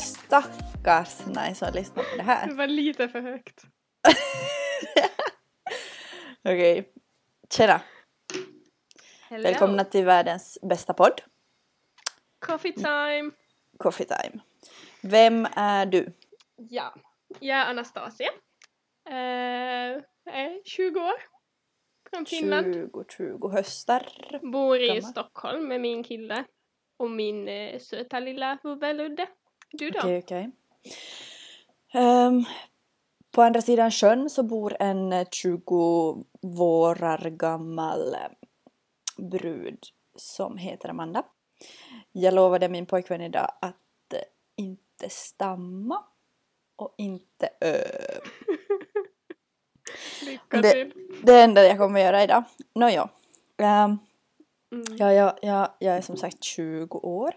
stackars nej som lyssnar på det här. Det var lite för högt. Okej. Tjena. Hello. Välkomna till världens bästa podd. Coffee time. Coffee time. Vem är du? Ja, jag är Anastasia. Är 20 år. Från Finland. 20 höstar. Bor i Gammal. Stockholm med min kille. Och min söta lilla Ludde. Du då? Okej. På andra sidan sjön så bor en 20 vårar gammal brud som heter Amanda. Jag lovade min pojkvän idag att inte stamma och inte Lycka till. det enda jag kommer göra idag. Nåja. Mm. Jag är som sagt 20 år.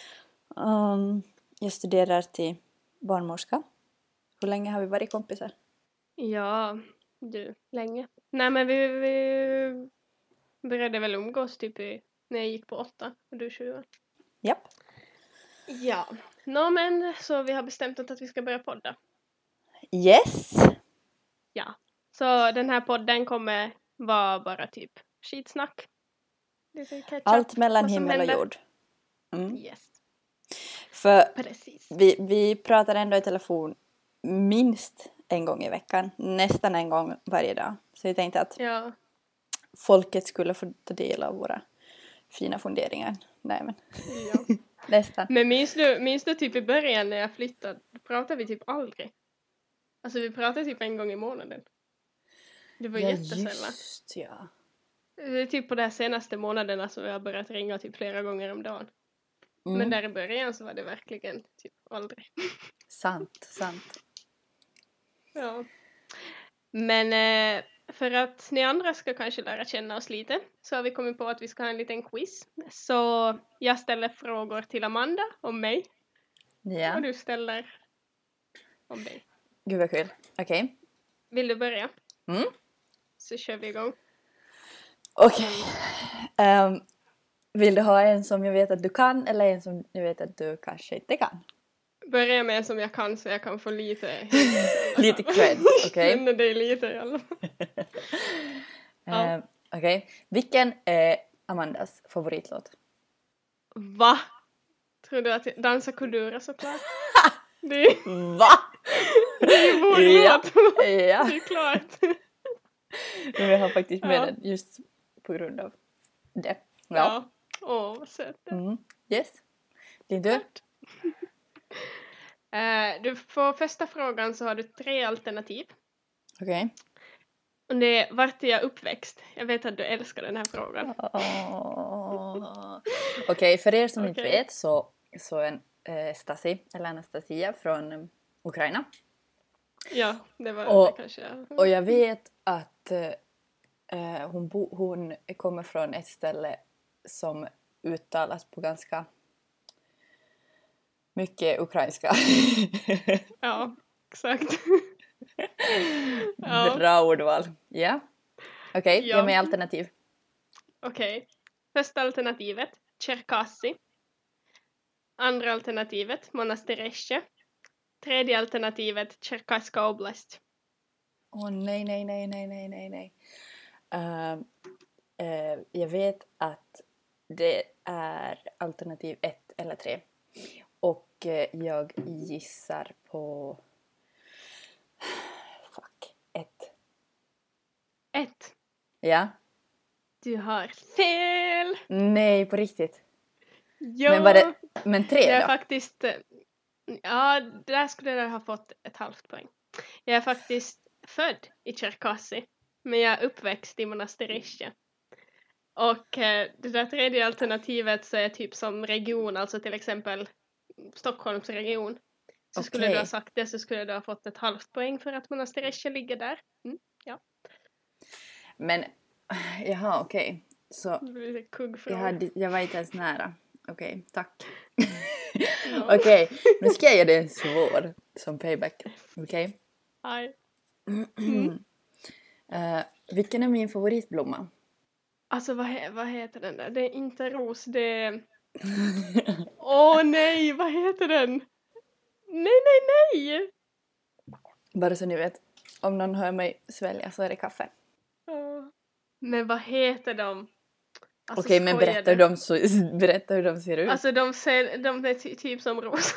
Jag studerar till barnmorska. Hur länge har vi varit kompisar? Ja, du, länge. Nej men vi började väl umgås typ när jag gick på 8 och du 20. Japp. Ja, men så vi har bestämt att vi ska börja podda. Yes. Ja, så den här podden kommer vara bara typ skitsnack. Lite catch up, Allt mellan vad som himmel och händer. jord. Mm. Yes, För precis. vi pratar ändå i telefon minst en gång i veckan. Nästan en gång varje dag. Så jag tänkte att Ja, folket skulle få ta del av våra fina funderingar. Nej men, ja. nästan. Men minns du typ i början när jag flyttade, då pratade vi typ aldrig. Alltså vi pratade typ en gång i månaden. Det var jättesällan. Just ja. Det är typ på de här senaste månaderna som vi har börjat ringa typ flera gånger om dagen. Mm. Men där i början så var det verkligen typ aldrig. Sant. Ja. Men för att ni andra ska kanske lära känna oss lite så har vi kommit på att vi ska ha en liten quiz. Så jag ställer frågor till Amanda om mig och Ja. du ställer om dig. Gud vad kul. Okej. Vill du börja? Mm. Så kör vi igång. Okej. Vill du ha en som jag vet att du kan eller en som jag vet att du kanske inte kan? Börja med en som jag kan så jag kan få lite Lite cred, okej? Känner dig lite i alla fall. Ja. Okej. Vilken är Amandas favoritlåt? Va? Tror du att Dansa Kudura såklart? Det är Va? vår Ja. låt. Ja. Det är klart. Men jag har faktiskt med Ja. den just på grund av det. Ja. Ja. Åh, vad söt. Yes. Din tur? Du får första frågan så har du 3 alternativ. Okej. Och det är vart är jag uppväxt? Jag vet att du älskar den här frågan. Okej, för er som inte Okej. vet så är Stasi, eller Anastasia från Ukraina. Ja, det var Och- det kanske. Och jag vet att hon kommer från ett ställe som uttalas på ganska mycket ukrainska. Ja, exakt. Ja. Bra ordval. Ja. Okej, Ja. ge mig alternativ. Okej. Första alternativet, Cherkasy. Andra alternativet, Monastiresje. Tredje alternativet, Cherkasska oblast. Åh nej. Jag vet att det är alternativ 1 eller 3. Och jag gissar på 1. 1. Ja? Du har fel! Nej, på riktigt. Ja, Men 3 jag är då? faktiskt... Ja, där skulle jag ha fått ett halvt poäng. Jag är faktiskt född i Cherkasy, men jag är uppväxt i Monastiresje. Och det där tredje alternativet så är typ som region, alltså till exempel Stockholmsregion. Så skulle Okej. du ha sagt det så skulle du ha fått ett halvt poäng för att Monastiresje ligger där. Ja, Men, jaha, okej. Så det blir lite kuggfråga. jag var inte ens nära. Okej, tack. Ja. Okej, nu ska jag ge dig en svår som payback. Okej? Aj. Vilken är min favoritblomma? Alltså vad heter den där? Det är inte ros, det är... Åh nej, vad heter den? Nej! Bara så ni vet, om någon hör mig svälja så är det kaffe. Men vad heter de? Alltså, Okej, men skojar berätta hur de ser ut. Alltså de är typ som rosa.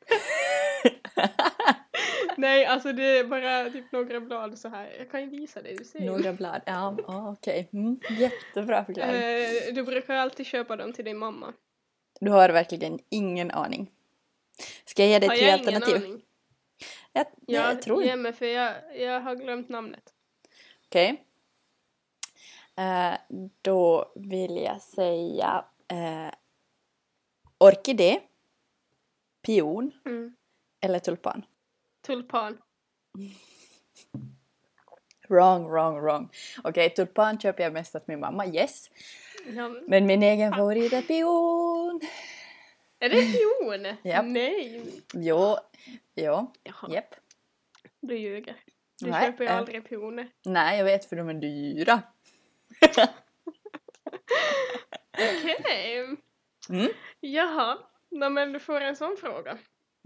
Nej, alltså det är bara typ några blad så här. Jag kan ju visa dig, du ser ju. Några blad, ja, okej. Jättebra förklaring. Du brukar alltid köpa dem till din mamma. Du har verkligen ingen aning. Ska jag ge dig Har 3 jag alternativ? ingen aning? Jag tror ge inte. mig för jag har glömt namnet. Okej. Då vill jag säga orkidé, pion eller tulpan. Tulpan. Wrong. Okej, tulpan köper jag mest åt min mamma, yes. Ja, Men min egen favorit är pion. är det pion? Japp. Nej. Jo, Jaha. japp. Du ljuger. Du Nej, köper ju aldrig pioner. Nej, jag vet för de är dyra. Okej. Jaha. Men du får en sån fråga.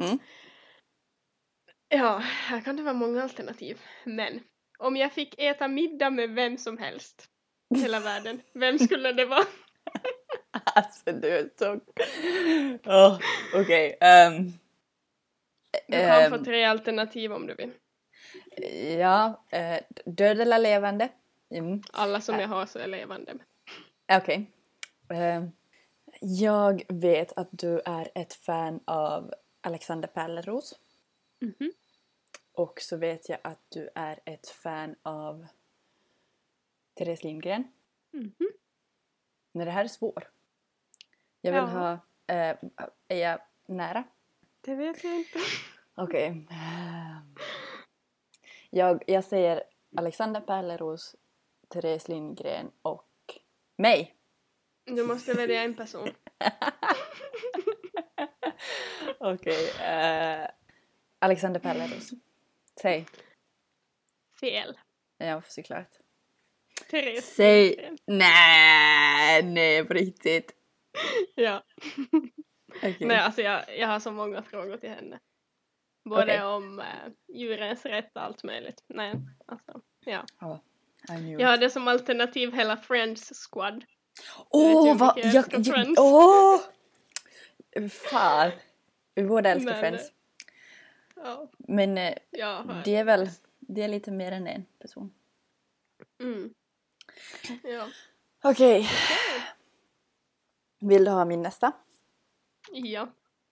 Ja, här kan det vara många alternativ. Men om jag fick äta middag med vem som helst i hela världen, vem skulle det vara? Alltså du är så... Okej. Du kan få 3 alternativ om du vill. Ja, död eller levande? Alla som jag har så är levande. Okej. Jag vet att du är ett fan av Alexander Pärleros. Och så vet jag att du är ett fan av Therese Lindgren. Men det här är svårt. Jag vill ha... är jag nära? Det vet jag inte. Okej. Jag säger Alexander Pärleros, Therese Lindgren och mig. Du måste välja en person. Okej. Alexander Pärleros. Säg. Fel. Ja, såklart. Therese. Säg. Nej, på riktigt. Ja. Okay. Nej, alltså jag har så många frågor till henne. Både om djurens rätt och allt möjligt. Nej, alltså, ja. Jag hade som alternativ hela Friends Squad. Vad? Fan. Vi båda älskar Friends. Ja. Men det är lite mer än en person. Ja. Okej. Vill du ha min nästa? Ja.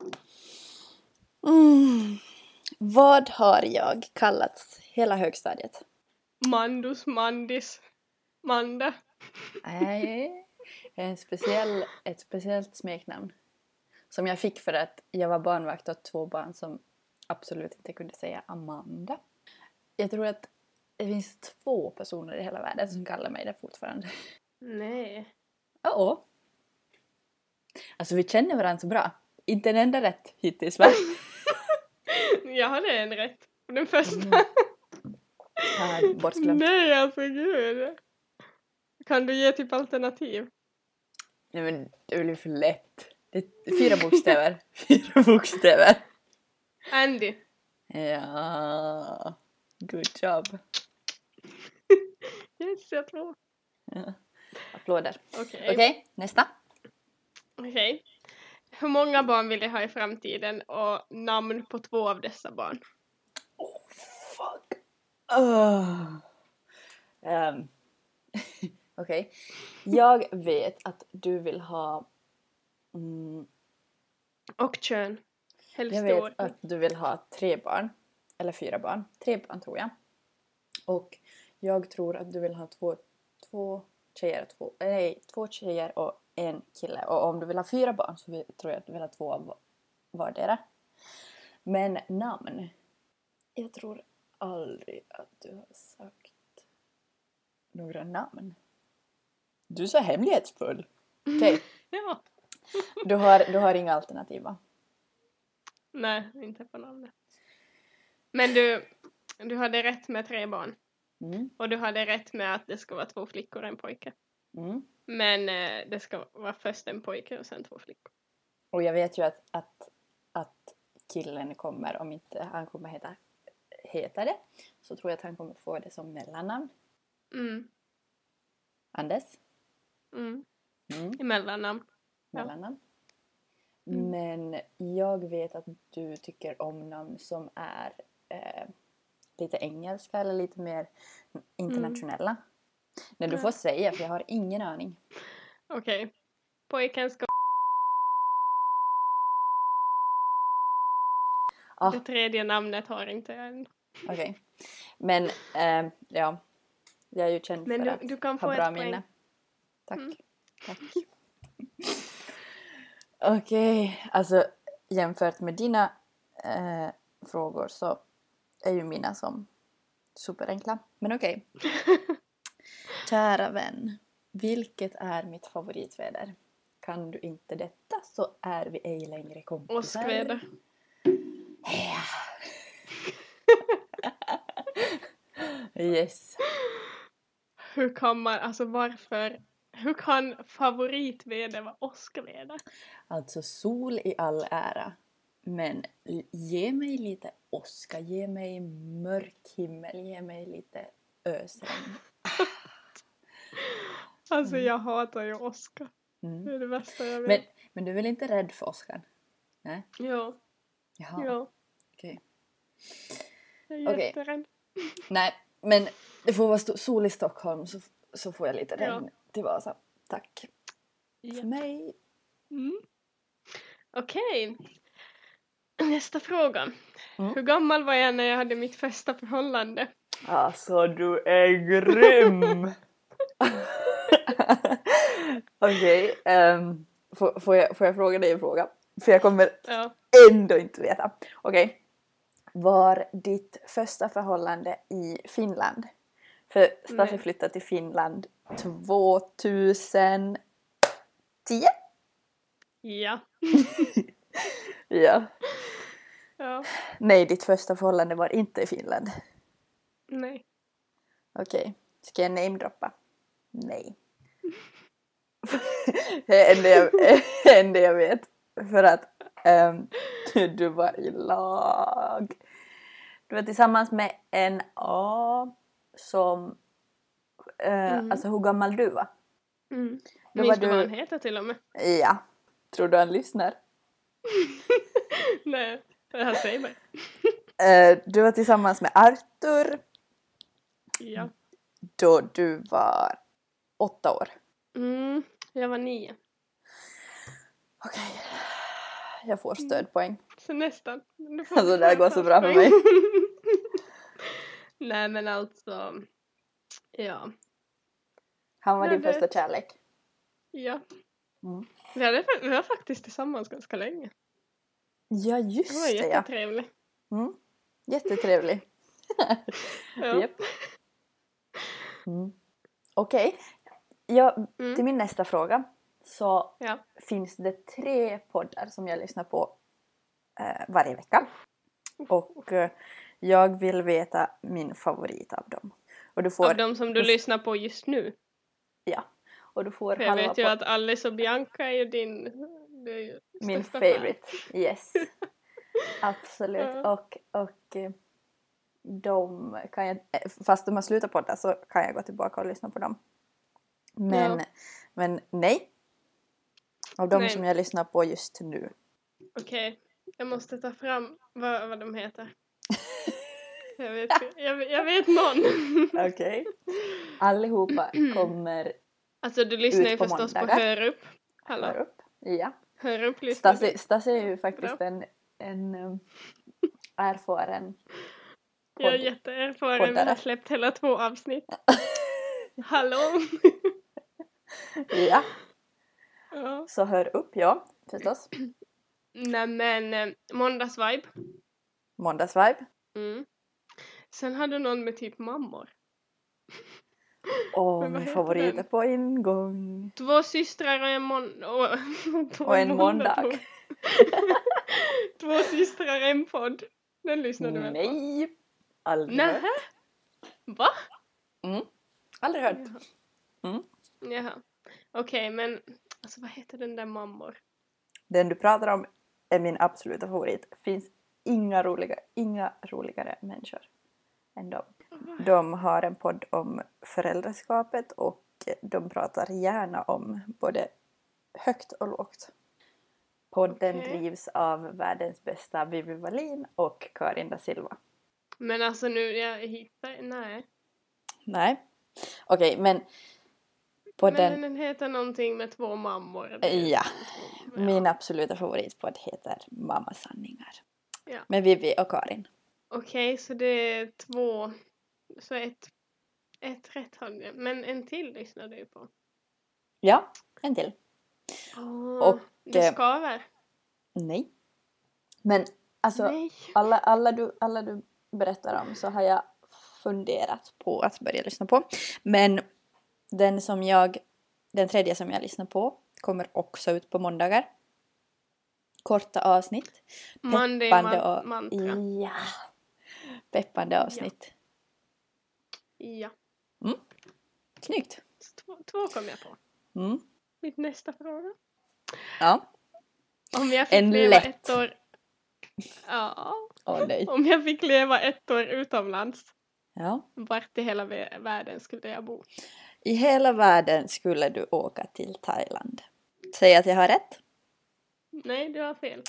Vad har jag kallats hela högstadiet? Mandus, Mandis, Manda. Nej, ett speciellt smeknamn. Som jag fick för att jag var barnvakt åt 2 barn som absolut inte kunde säga Amanda. Jag tror att det finns 2 personer i hela världen som kallar mig det fortfarande. Nej. Ja. Alltså vi känner varandra så bra. Inte en enda rätt hittills, va? Jag hade en rätt. Den första. Bortglömt. Nej, alltså gud. Kan du ge typ alternativ? Nej, men det blir för lätt. Det är 4 bokstäver. 4 bokstäver. Andy. Ja. Good job. Yes, jag tror. Ja. Applåder. Okej, nästa. Okej. Hur många barn vill jag ha i framtiden och namn på 2 av dessa barn? Oh, fuck. Okej. Jag vet att du vill ha... Och kön. Helst jag vet att du vill ha 3 barn. Eller 4 barn. 3 barn tror jag. Och jag tror att du vill ha 2 tjejer och 1 kille. Och om du vill ha 4 barn så tror jag att du vill ha 2 av vardera. Men namn. Jag tror aldrig att du har sagt några namn. Du är så hemlighetsfull. Okej. Ja. Du har inga alternativ, va? Nej, inte på namnet. Men du hade rätt med 3 barn. Och du hade rätt med att det ska vara 2 flickor och en pojke. Men det ska vara först en pojke och sen 2 flickor. Och jag vet ju att killen kommer, om inte han kommer heta det, så tror jag att han kommer få det som mellannamn. Anders? I mellannamn. Mellannamn. Men jag vet att du tycker om namn som är lite engelska eller lite mer internationella. Men du får säga, för jag har ingen aning. Okej. Pojken ska... Det tredje namnet har inte jag än. Okej. Men ja, jag är ju känd Men för du att kan ha få bra ett minne. poäng. Tack. Okej, alltså jämfört med dina frågor så är ju mina som superenkla. Men okej. Kära vän, vilket är mitt favoritväder? Kan du inte detta så är vi ej längre kompisar. Åskväder. Ja. Yes. Hur kan man, alltså varför, hur kan favoritväder vara åskväder? Alltså sol i all ära. Men ge mig lite åska, ge mig mörk himmel, ge mig lite ösregn. Alltså jag hatar ju åska. Det är det värsta jag vet. Men du är väl inte rädd för åskan? Nej? Ja. Jaha. Ja. Okej. Jag är jätterädd. Nej, men det får vara sol i Stockholm så får jag lite regn till Vasa. Tack. För mig. Okej. Nästa fråga. Hur gammal var jag när jag hade mitt första förhållande? Alltså du är grym! Okej. Får jag fråga dig en fråga? För jag kommer ändå inte veta. Okej. Var ditt första förhållande i Finland? För Stasi flyttade till Finland 2010? Ja. Ja. Ja. Nej, ditt första förhållande var inte i Finland. Nej. Okej. Ska jag namedroppa? Nej. Det är enda jag vet. För att du var i lag. Du var tillsammans med en A som... Alltså hur gammal du var. Minns du vad han heter till och med? Ja. Tror du han lyssnar? Nej, han säger mig. Du var tillsammans med Arthur. Ja. Då du var 8 år. Jag var 9. Okej. Jag får stödpoäng. Så nästan. Alltså det här går så bra för mig. Nej men alltså. Ja. Han var din första kärlek. Ja. Vi var faktiskt tillsammans ganska länge. Ja just det. Han var jättetrevlig. Jättetrevlig. Japp. Okej. Till min nästa fråga så finns det 3 poddar som jag lyssnar på varje vecka. Och jag vill veta min favorit av dem. Och du får, av dem som du lyssnar på just nu? Ja. Och du får jag vet ju att Alice och Bianca är ju din... är ju min favorite. Yes. Absolut. Och de kan jag... Fast de har slutat podda så kan jag gå tillbaka och lyssna på dem. Men nej. Av dem som jag lyssnar på just nu. Okej. Jag måste ta fram vad de heter. jag vet någon. Okej. Allihopa kommer alltså du lyssnar ju förstås måndagar. på Hör upp. Hallå. Hör upp. Ja. Hör upp lyssnar Stasi är ju faktiskt en erfaren jag är jätteerfaren. Vi har släppt hela 2 avsnitt. Hallå. Ja. Så hör upp, förstås. Nej men måndagsvibe. Måndagsvibe. Sen hade du någon med typ mammor. Min favorit är på ingång. 2 systrar och en måndag. 2 systrar och en podd. Den lyssnar du väl på? Nej. Aldrig hört. Va? Aldrig hört. Jaha. Okej, men alltså vad heter den där mammor? Den du pratar om är min absoluta favorit. Finns inga roligare människor än dem. De har en podd om föräldraskapet och de pratar gärna om både högt och lågt. Podden drivs av världens bästa Vivi Wallin och Karin da Silva. Men alltså nu, jag hittar... Nej. Okej, men podden... Men den heter någonting med 2 mammor. Ja. Min absoluta favoritpodd heter Mamma Sanningar. Ja. Med Vivi och Karin. Okej, så det är 2... Så ett rätt hade jag. Men en till lyssnade du på. Ja, en till. Och det skaver. Nej. Men alltså Nej. alla du berättar om så har jag funderat på att börja lyssna på. Men den tredje som jag lyssnar på kommer också ut på måndagar. Korta avsnitt. Monday mantra. Ja. Peppande avsnitt. Ja. Snyggt. 2 kom jag på. Mitt nästa fråga. Ja. Om jag fick leva ett år... Ja. Nej. Om jag fick leva 1 år utomlands. Ja. Vart i hela världen skulle jag bo? I hela världen skulle du åka till Thailand. Säg att jag har rätt. Nej, du har fel.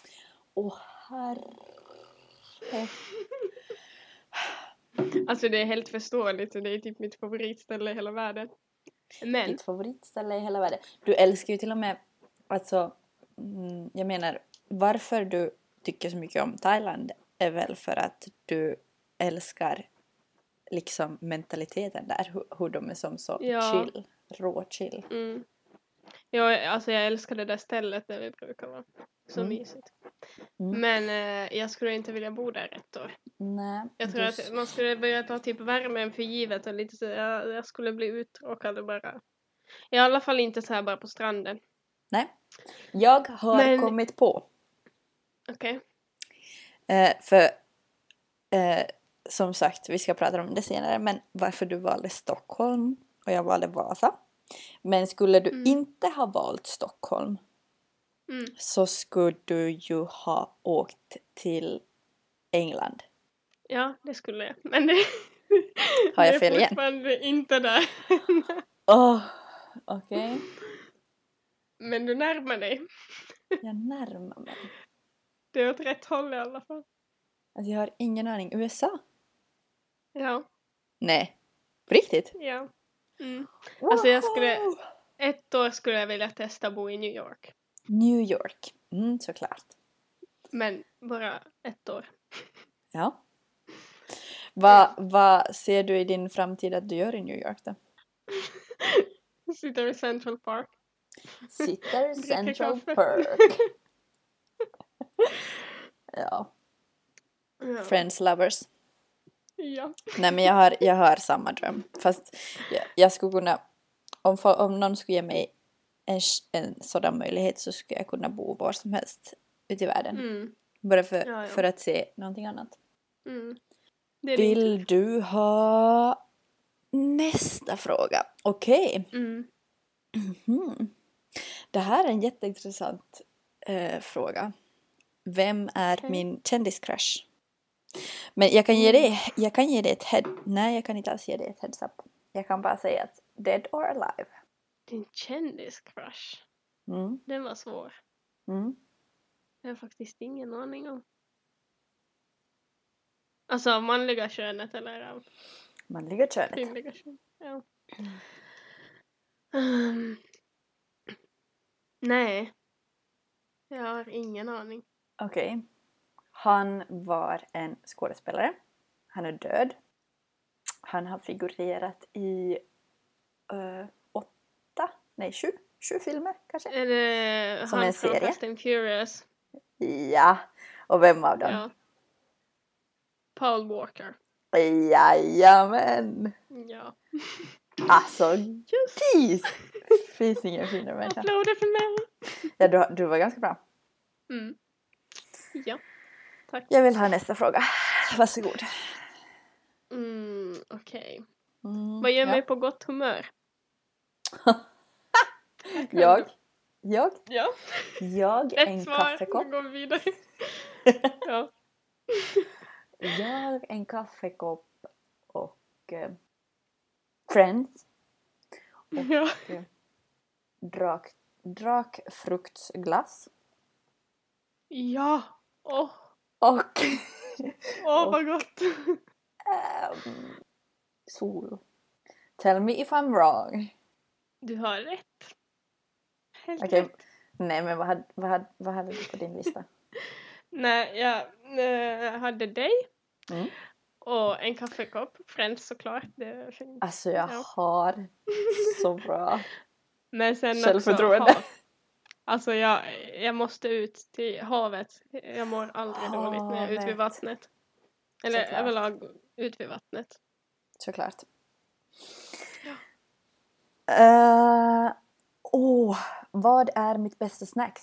Herre. Alltså det är helt förståeligt. Det är typ mitt favoritställe i hela världen. Men... Ditt favoritställe i hela världen. Du älskar ju till och med... Alltså, jag menar, varför du tycker så mycket om Thailand är väl för att du älskar liksom mentaliteten där. Hur de är som så chill. Rå-chill. Ja, alltså jag älskar det där stället där vi brukar vara. Så mysigt. Men jag skulle inte vilja bo där 1 år. Nej. Jag tror att man skulle börja ta typ värmen för givet och lite så jag skulle bli uttråkad och bara... I alla fall inte så här bara på stranden. Nej. Jag har kommit på. Okej. För som sagt, vi ska prata om det senare, men varför du valde Stockholm och jag valde Vasa. Men skulle du inte ha valt Stockholm så skulle du ju ha åkt till England. Ja, det skulle jag. Men det, har jag fel igen? Det är fortfarande inte där. Okej. Men du närmar dig. Jag närmar mig. Det är åt rätt håll i alla fall. Alltså jag har ingen aning. USA? Ja. Nej. På riktigt? Ja. Alltså jag skulle... 1 år skulle jag vilja testa att bo i New York. New York. Såklart. Men bara 1 år. Ja. Vad ser du i din framtid att du gör i New York då? Sitter i Central Park. Sitter i Central Park. Ja. Friends lovers. Ja. Nej men jag har samma dröm. Fast jag skulle kunna... Om någon skulle ge mig en sådan möjlighet så skulle jag kunna bo var som helst ute i världen. Bara för att se någonting annat. Vill du ha nästa fråga? Okej. Det här är en jätteintressant fråga. Vem är min kändiscrush? Men jag kan ge dig ett Nej, jag kan inte alls ge dig ett heads up. Jag kan bara säga att dead or alive. Din kändiscrush? Den var svår. Jag har faktiskt ingen aning om. Alltså av manliga könet eller av manliga könet? Kvinnliga könet, ja. Nej. Jag har ingen aning. Okej. Han var en skådespelare. Han är död. Han har figurerat i 7 filmer kanske. Är det som han en serie? Fast and Furious? Ja. Och vem av dem? Ja. Paul Walker. Jajamän. Ja. Alltså, jeez. Finns ingen finare människa. Applåder för mig. Ja, du var ganska bra. Ja, tack. Jag vill ha nästa fråga. Varsågod. Okej. Vad gör mig på gott humör? Jag? Ja. Jag Rätt en svar. kaffekopp. Nu går vi vidare. Ja. Jag, en kaffekopp och Friends. Ja. Och drakfruktsglass. Ja. Åh, Och vad gott. sol. Tell me if I'm wrong. Du har rätt. Helt Okej, rätt. nej men vad hade du på din lista? Nej, jag hade dig. Mm. Och en kaffekopp. Friends såklart. Det är fint. Alltså jag Ja. har så bra Men sen självförtroende. också alltså jag måste ut till havet. Jag mår aldrig dåligt när jag är ute vid Havet. vattnet. Eller Såklart. överlag ut vid vattnet. Såklart. Ja. Vad är mitt bästa snacks?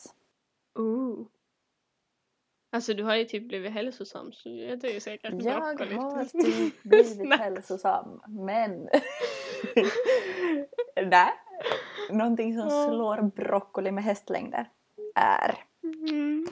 Alltså du har ju typ blivit hälsosam så jag tycker säkert Jag broccoli. har typ blivit Snacks. hälsosam, men nej. Någonting som slår broccoli med hästlängder är... Mm.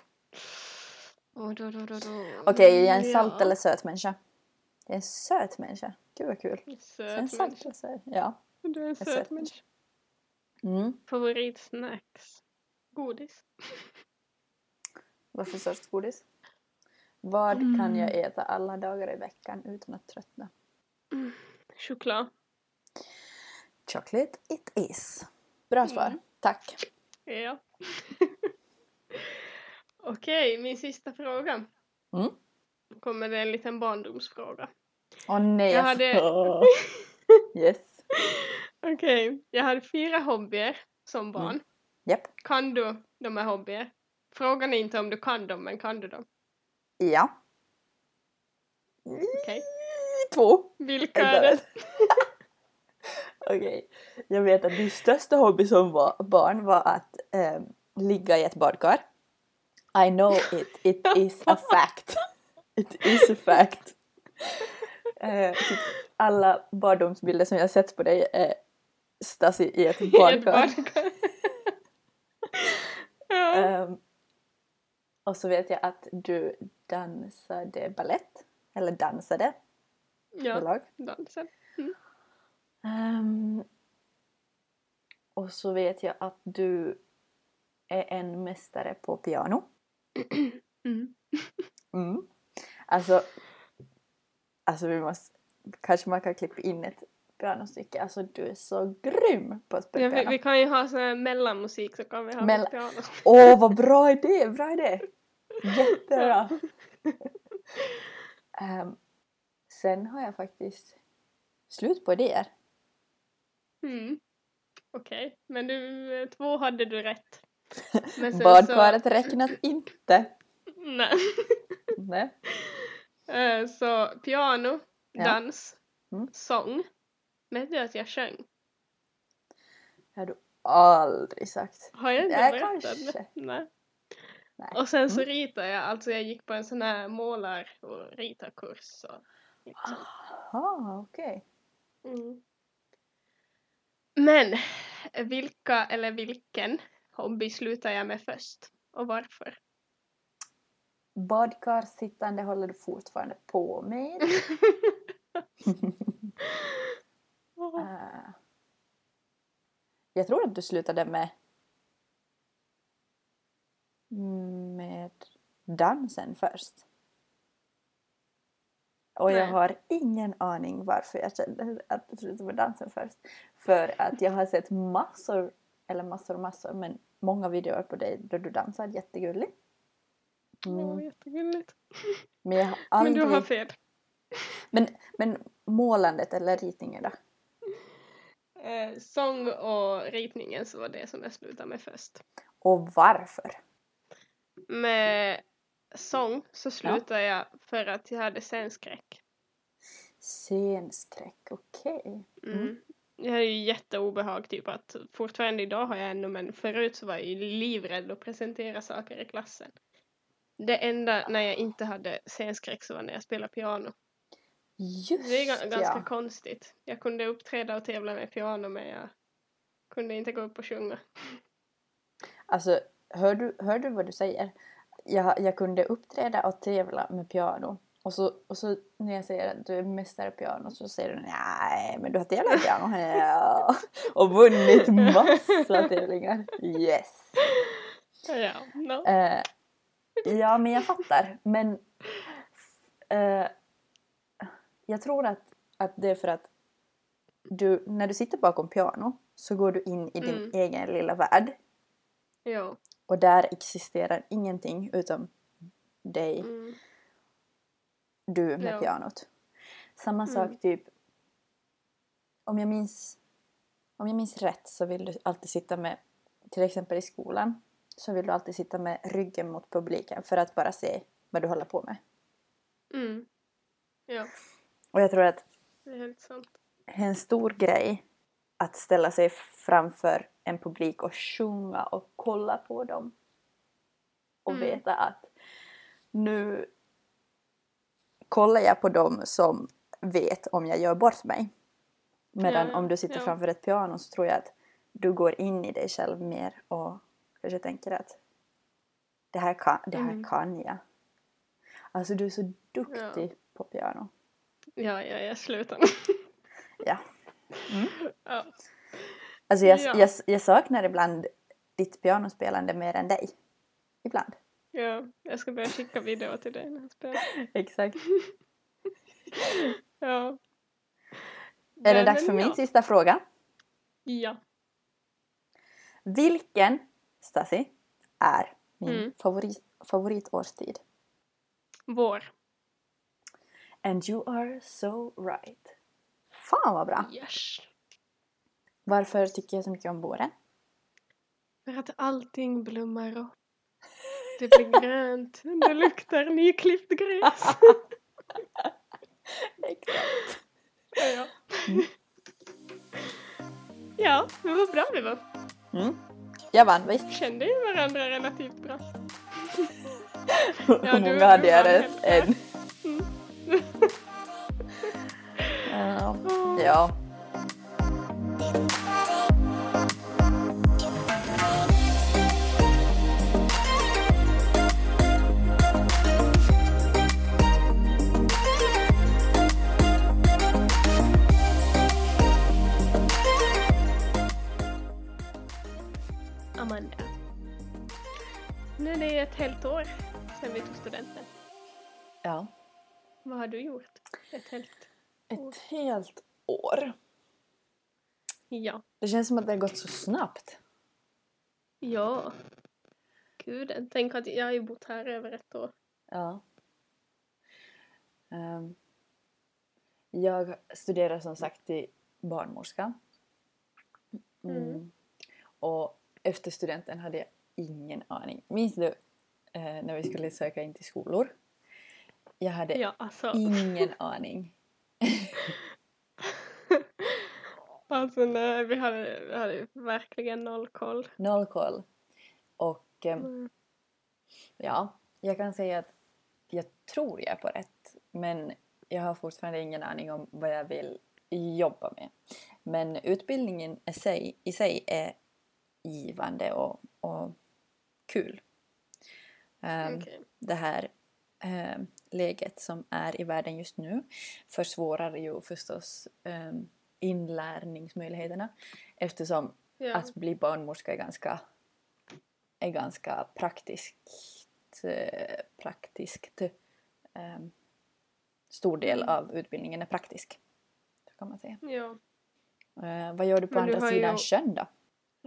Okej, jag är en salt eller söt människa. Jag är en söt människa. Gud vad kul. En Söt salt människa. eller söt? Ja. Du är en söt människa. Mm. Favoritsnacks. Godis. Varför sorts godis? Vad kan jag äta alla dagar i veckan utan att tröttna? Choklad. Chocolate it is. Bra svar. Tack. Ja. Okej, min sista fråga. Kommer det en liten barndomsfråga. Åh nej. Jag hade... Yes. Okej, jag hade 4 hobbyer som barn. Japp. Kan du de här hobbyer? Frågan är inte om du kan dem, men kan du dem? Ja. Okej. 2. Vilka är det? Okej. Jag vet att din största hobby som barn var att ligga i ett badkar. I know it. It is a fact. It is a fact. Typ alla barndomsbilder som jag sett på dig är Stasi i ett badkar. Ja. Och så vet jag att du dansade ballett. Eller dansade. Ja, dansen. Och så vet jag att du är en mästare på piano. Alltså vi måste... Kanske man kan klippa in ett pianostycke. Alltså du är så grym på att spela piano. Vi kan ju ha sån här mellanmusik så kan vi ha piano. Vad bra idé! Bra idé! Jättebra! Sen har jag faktiskt slut på idéer. Okej, men 2 hade du rätt. Badkaret räknas inte. Nej. Så piano, dans, sång. Vet du att jag sjöng? Det har du aldrig sagt. Har jag inte berättat? Kanske. Nej. Och sen så ritar jag. Alltså jag gick på en sån här målar- och ritarkurs. Okej. Men vilken hobby slutar jag med först? Och varför? Badkarsittande håller du fortfarande på med. Jag tror att du slutade med dansen först. Och jag har ingen aning varför jag kände att du slutade med dansen först. För att jag har sett massor, men många videor på dig där du dansar jättegullig. Jättegulligt. Men jag har aldrig... Men du har fel. Men målandet eller ritningen då? Sång och ritningen så var det som jag slutade med först. Och varför? Med sång så slutade jag för att jag hade scenskräck. Scenskräck, okej. Jag är ju jätteobehag typ att fortfarande idag har jag ännu, men förut så var jag ju livrädd att presentera saker i klassen. Det enda när jag inte hade scenskräck så var när jag spelade piano. Just det är ganska konstigt. Jag kunde uppträda och tävla med piano, men jag kunde inte gå upp och sjunga. Alltså, hör du vad du säger? jag kunde uppträda och tävla med piano. Och så när jag säger att du är mästare piano så säger du nej men du har tävlat i piano. Ja. Och vunnit massa tävlingar. Yes. Ja, no. Ja men jag fattar. Men jag tror att det är för att när du sitter bakom piano så går du in i din egen lilla värld. Ja. Och där existerar ingenting utom dig. Du med pianot. Samma sak typ. Om jag minns rätt så vill du alltid sitta med, till exempel i skolan. Så vill du alltid sitta med ryggen mot publiken för att bara se vad du håller på med. Ja. Och jag tror att det är helt sant. En stor grej att ställa sig framför en publik och sjunga och kolla på dem. Och veta att nu kollar jag på dem som vet om jag gör bort mig. Medan om du sitter framför ett piano så tror jag att du går in i dig själv mer och kanske tänker att det här kan jag. Alltså du är så duktig på piano. Ja, jag slutar. Ja. Ja. Alltså jag saknar ibland ditt pianospelande mer än dig. Ibland. Ja, jag ska börja skicka video till dig när jag spelar. Exakt. Ja. Är det dags för min sista fråga? Ja. Vilken, Stasi, är min favoritårstid? Vår. And you are so right. Fan vad bra. Yes. Varför tycker jag så mycket om våren? För att allting blommar upp. Det blir grönt. Det luktar nyklippt gräs. Exakt. Ja. Ja, men vad bra vi var. Jag vann, visst. Kände ju varandra relativt bra. Hur många hade jag rätt? En. Ja. Amanda. Nu är det ett helt år sedan vi tog studenten. Ja. Vad har du gjort? Ett helt år. Ja. Det känns som att det har gått så snabbt. Ja. Gud, tänk att jag har ju bott här över ett år. Ja. Jag studerar som sagt till barnmorska. Och efter studenten hade jag ingen aning. Minns du när vi skulle söka in till skolor? Jag hade ingen aning. Alltså nej, vi hade verkligen noll koll. Noll koll. Och ja, jag kan säga att jag tror jag är på rätt. Men jag har fortfarande ingen aning om vad jag vill jobba med. Men utbildningen i sig är givande och kul. Det här läget som är i världen just nu försvårar ju förstås inlärningsmöjligheterna. Eftersom att bli barnmorska är ganska praktiskt stor del av utbildningen är praktisk. Så kan man säga. Ja. Vad gör du på andra sidan sjön då?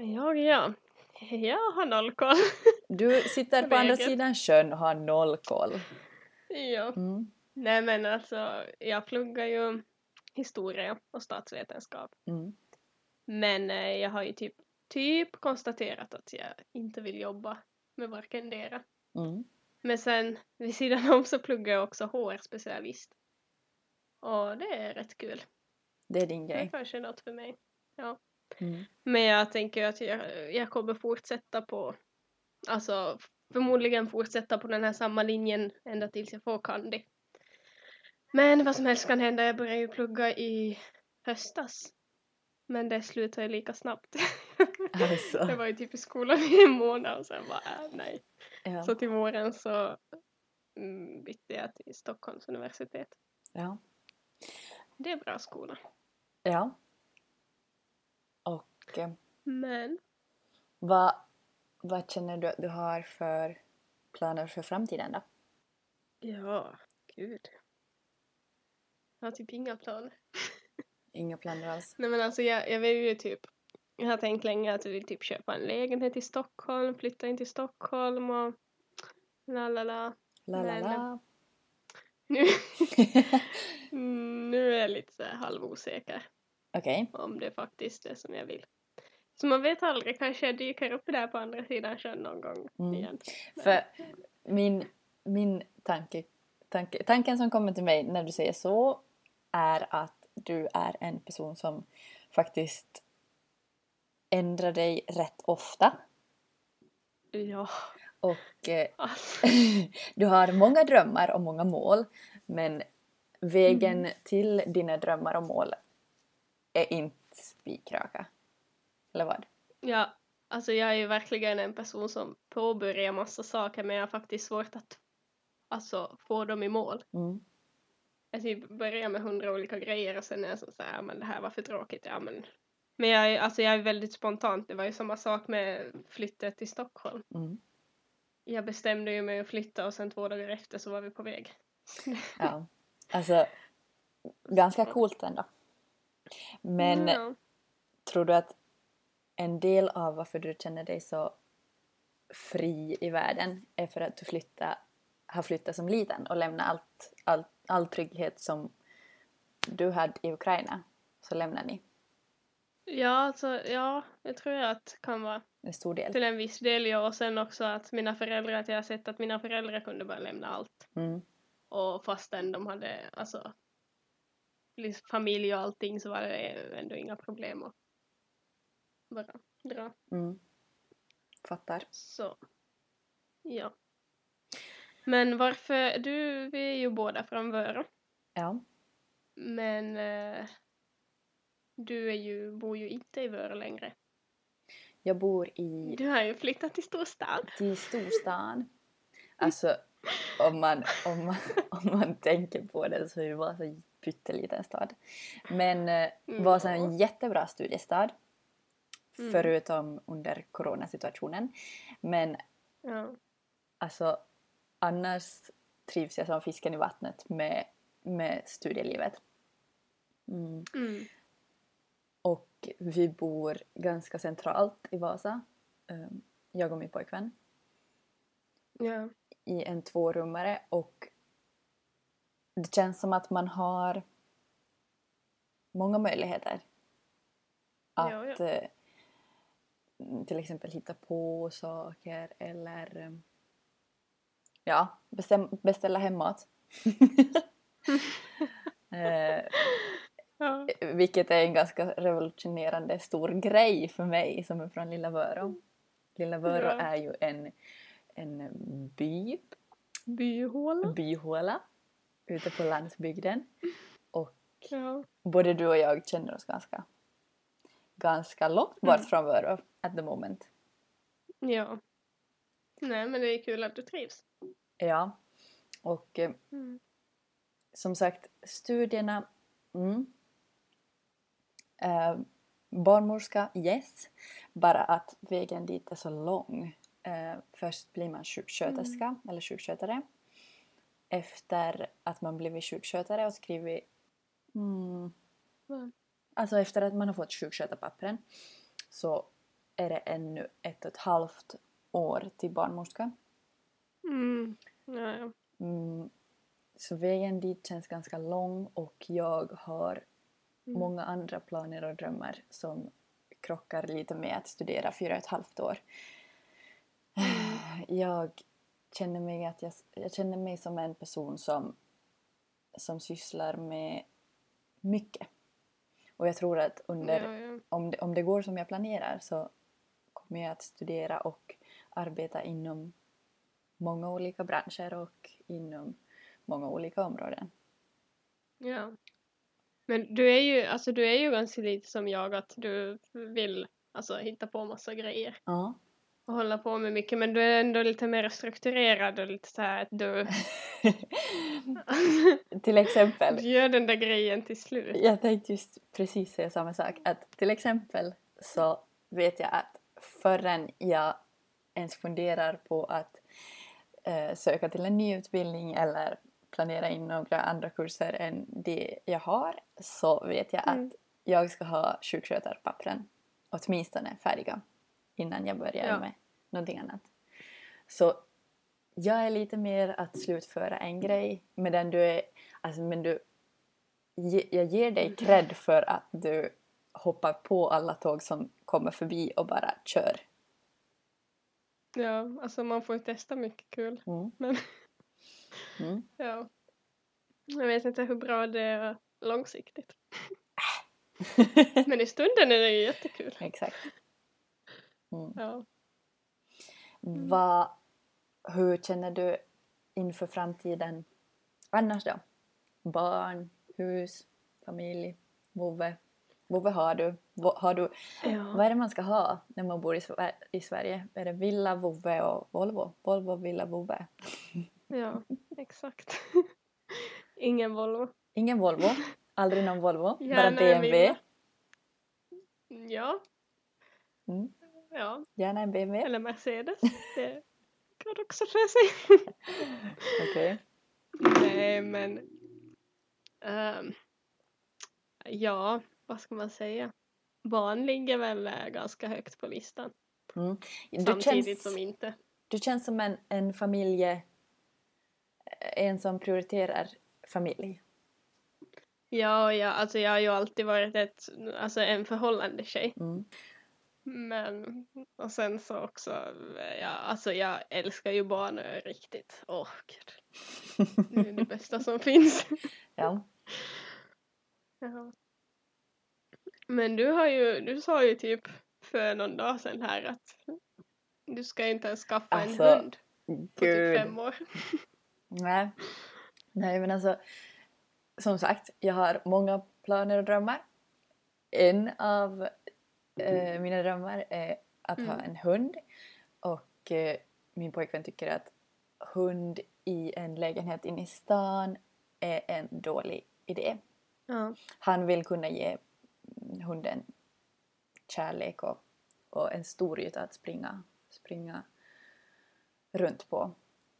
Jag har noll koll. Du sitter på andra sidan sjön och har noll koll. Ja. Nej men alltså, jag pluggar ju historia och statsvetenskap. Men jag har ju typ konstaterat att jag inte vill jobba med varken dera. Men sen vid sidan om så pluggar jag också HR-specialist. Och det är rätt kul. Det är din grej. Det är kanske något för mig. Ja. Men jag tänker att jag kommer fortsätta förmodligen fortsätta på den här samma linjen ända tills jag får kandi. Men vad som helst kan hända, jag började ju plugga i höstas. Men det slutar ju lika snabbt. Alltså. Jag var ju typ i skolan i en månad och sen bara, nej. Ja. Så till våren så bytte jag till Stockholms universitet. Ja. Det är bra skola. Ja. Och Men vad känner du att du har för planer för framtiden då? ja, gud. Jag har typ inga planer. Inga planer alls? Nej men alltså jag vill ju typ, jag har tänkt länge att jag vill typ köpa en lägenhet i Stockholm, flytta in till Stockholm och lalala. La la Men la. nu, nu är jag lite så här halvosäker Okej. om det faktiskt är som jag vill. Så man vet aldrig, kanske jag dyker upp där på andra sidan sjön någon gång igen. För min tanken som kommer till mig när du säger så är att du är en person som faktiskt ändrar dig rätt ofta. Ja. Och Alltså. du har många drömmar och många mål, men vägen till dina drömmar och mål är inte spikraka. Eller vad? Ja, alltså jag är ju verkligen en person som påbörjar massa saker men jag har faktiskt svårt att få dem i mål. Jag typ börjar med 100 olika grejer och sen är jag så här, men det här var för tråkigt. Ja, men jag är väldigt spontant. Det var ju samma sak med flyttet till Stockholm. Jag bestämde ju mig att flytta och sen 2 dagar efter så var vi på väg. Ja, alltså ganska coolt ändå. Men tror du att en del av varför du känner dig så fri i världen är för att du har flyttat som liten och lämnat all trygghet som du hade i Ukraina, så lämnar ni? Ja, alltså, ja, jag tror att kan vara en stor del. Till en viss del, ja. Och sen också att jag har sett att mina föräldrar kunde bara lämna allt. Och fastän de hade alltså familj och allting så var det ändå inga problem att bara dra. Fattar. Så, ja. Men varför, vi är ju båda från Vörå. Ja. Men du bor ju inte i Vörå längre. Jag bor i... Du har ju flyttat till storstan. Till storstan. Alltså, om man tänker på det så är det bara så pytteliten stad. Men Vasa är en jättebra studiestad. Förutom under coronasituationen. Men alltså, annars trivs jag som fisken i vattnet med studielivet. Och vi bor ganska centralt i Vasa. Jag och min pojkvän. Ja. I en 2-rummare, och det känns som att man har många möjligheter att till exempel hitta på saker eller beställa hemmat. Vilket är en ganska revolutionerande stor grej för mig som är från Lilla Vörå. Lilla Vörå är ju en byhåla ute på landsbygden, och både du och jag känner oss ganska långt bort från Vörå at the moment. Ja. Nej, men det är kul att du trivs. Ja, och som sagt, studierna barnmorska, yes, bara att vägen dit är så lång. Först blir man sjuksköterska eller sjukskötare. Efter att man blivit sjukskötare och skrivit alltså efter att man har fått sjukskötarpappren så är det ännu 1,5 år till barnmorska. Så vägen dit känns ganska lång, och jag har många andra planer och drömmar som krockar lite med att studera 4,5 år. Jag känner mig som en person som sysslar med mycket. Och jag tror att om det går som jag planerar så kommer jag att studera och arbeta inom många olika branscher och inom många olika områden. Ja. Men du är ju ganska lite som jag, att du vill hitta på massa grejer. Ja. och hålla på med mycket, men du är ändå lite mer strukturerad och lite så här att du Till exempel. du gör den där grejen till slut. Jag tänkte just precis säga samma sak. Att till exempel så vet jag att förrän jag ens funderar på att söka till en ny utbildning eller planera in några andra kurser än det jag har, så vet jag att jag ska ha sjukskötarpappren åtminstone färdiga innan jag börjar med någonting annat. Så jag är lite mer att slutföra en grej, medan du är, alltså, men du, jag ger dig cred för att du hoppar på alla tåg som kommer förbi och bara kör. Ja, alltså man får ju testa mycket kul. Men ja, jag vet inte hur bra det är långsiktigt. Men i stunden är det ju jättekul. Exakt. Ja. Hur känner du inför framtiden annars då? Barn, hus, familj, vovve. Vovve har du. Vad är det man ska ha när man bor i Sverige? Är det villa, vovve och Volvo? Volvo, villa, vovve. Ja, exakt. Ingen Volvo. Ingen Volvo. Aldrig någon Volvo. Gärna bara BMW. Ja. Ja. Gärna en BMW. Eller Mercedes. Det kan också för sig. Okej. Nej, men ja, vad ska man säga? Barn ligger väl ganska högt på listan. Samtidigt som inte. Du känns som en familje, en som prioriterar familj. Ja, alltså jag har ju alltid varit en förhållande tjej. Men, och sen så också, alltså jag älskar ju barn riktigt. Gud. Det är det bästa som finns. Ja. Men du sa ju typ för någon dag sedan här att du ska inte ens skaffa en hund på typ 5 år. Nej, men alltså, som sagt, jag har många planer och drömmar. En av mina drömmar är att ha en hund. Och min pojkvän tycker att hund i en lägenhet inne i stan är en dålig idé. Han vill kunna ge hunden kärlek och en stor yta att springa runt på.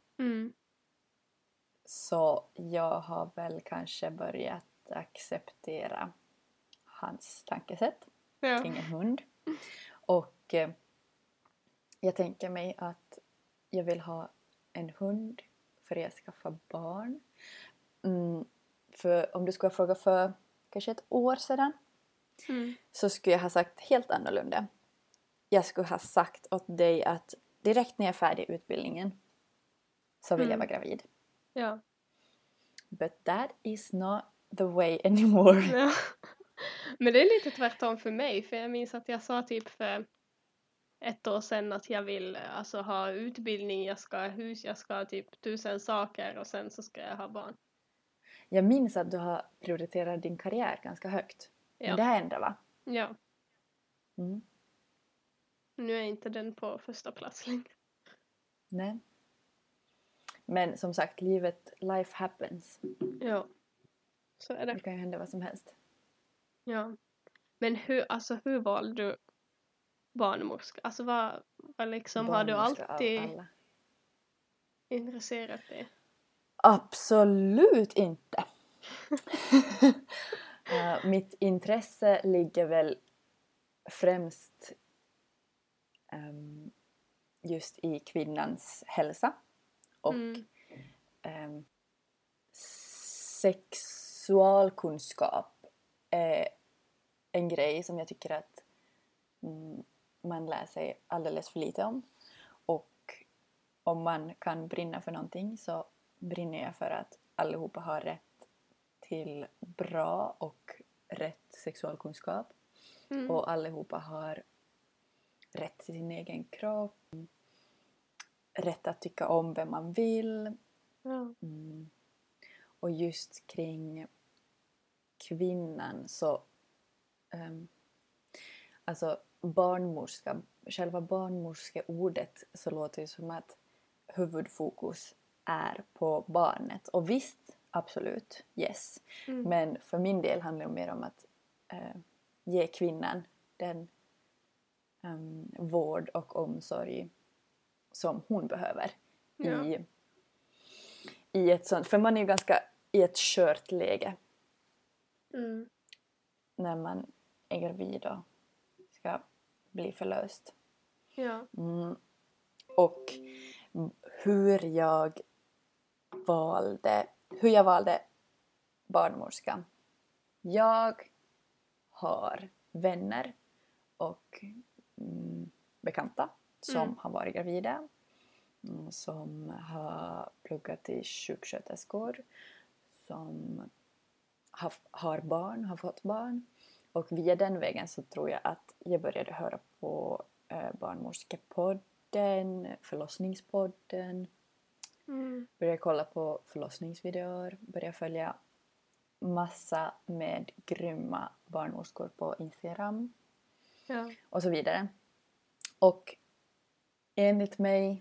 Så jag har väl kanske börjat acceptera hans tankesätt kring en hund. Och jag tänker mig att jag vill ha en hund för jag skaffar barn. För om du skulle fråga för kanske 1 år sedan så skulle jag ha sagt helt annorlunda. Jag skulle ha sagt åt dig att direkt när jag är färdig utbildningen så vill jag vara gravid. Ja. But that is not the way anymore. Ja. Men det är lite tvärtom för mig. För jag minns att jag sa typ för 1 år sedan att jag vill alltså ha utbildning, jag ska ha hus, jag ska ha typ 1000 saker och sen så ska jag ha barn. Jag minns att du har prioriterat din karriär ganska högt. Men det här ändrar, va? Ja. Nu är inte den på första plats längre. Nej. Men som sagt, life happens. Ja. Så är det. Det kan ju hända vad som helst. Ja. Men hur valde du barnmorska? Alltså vad liksom har du alltid intresserat dig? Absolut inte. Mitt intresse ligger väl främst just i kvinnans hälsa och sexualkunskap är en grej som jag tycker att man lär sig alldeles för lite om. Och om man kan brinna för någonting så brinner jag för att allihopa har rätt till bra och rätt sexualkunskap. Och allihopa har rätt till sin egen kropp. Rätt att tycka om vem man vill. Och just kring kvinnan så alltså barnmorska, själva barnmorskeordet, så låter det som att huvudfokus är på barnet. Och visst, absolut, yes. Men för min del handlar det mer om att ge kvinnan den vård och omsorg som hon behöver. Ja. I ett sånt, för man är ju ganska i ett skört läge när man är gravid och ska bli förlöst. Ja. Och hur jag valde barnmorska. Jag har vänner och bekanta som har varit gravida, som har pluggat till sjuksköterskor, som har barn, har fått barn. Och via den vägen så tror jag att jag började höra på barnmorskepodden, förlossningspodden. Började kolla på förlossningsvideor, började följa massa med grymma barnmorskor på Instagram. Ja. Och så vidare. Och enligt mig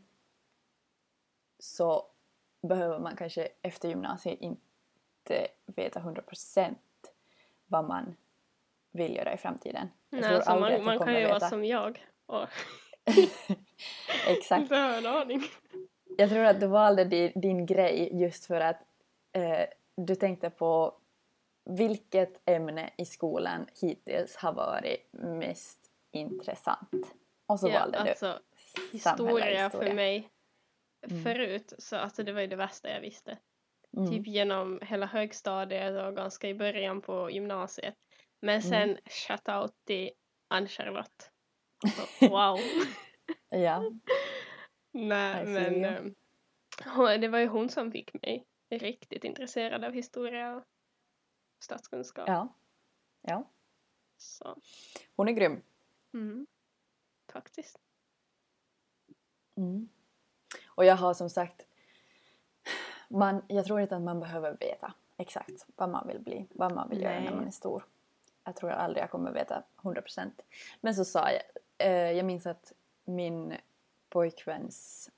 så behöver man kanske efter gymnasiet inte veta 100% vad man vill göra i framtiden. Nej, alltså man kan ju vara som jag. Och exakt. inte ha en aning. Jag tror att du valde din grej just för att du tänkte på vilket ämne i skolan hittills har varit mest intressant. Och så valde du alltså, historia för mig förut, så alltså det var ju det värsta jag visste. Typ genom hela högstadiet och ganska i början på gymnasiet. Men sen shoutout till Ann-Charlotte. Wow. Ja. Nej, men det var ju hon som fick mig riktigt intresserad av historia och statskunskap. Ja. Så. Hon är grym. Faktiskt. Och jag har som sagt, jag tror inte att man behöver veta exakt vad man vill bli, vad man vill göra när man är stor. Jag tror aldrig jag kommer veta 100%. Men så sa jag minns att min pojkväns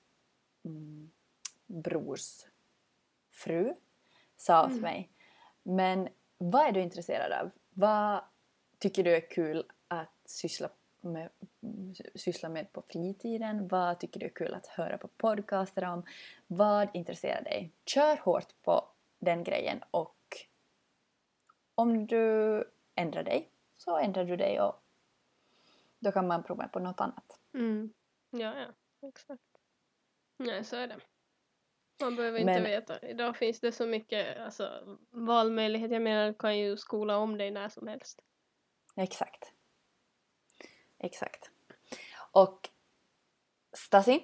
brors fru sa till mig, men vad är du intresserad av? Vad tycker du är kul att syssla med på fritiden? Vad tycker du är kul att höra på podcaster om? Vad intresserar dig? Kör hårt på den grejen, och om du ändrar dig så ändrar du dig, och då kan man prova på något annat. Ja, exakt. Nej, så är det. Man behöver inte veta. Idag finns det så mycket valmöjlighet. Jag menar, du kan ju skola om dig när som helst. Exakt. Och Stasi,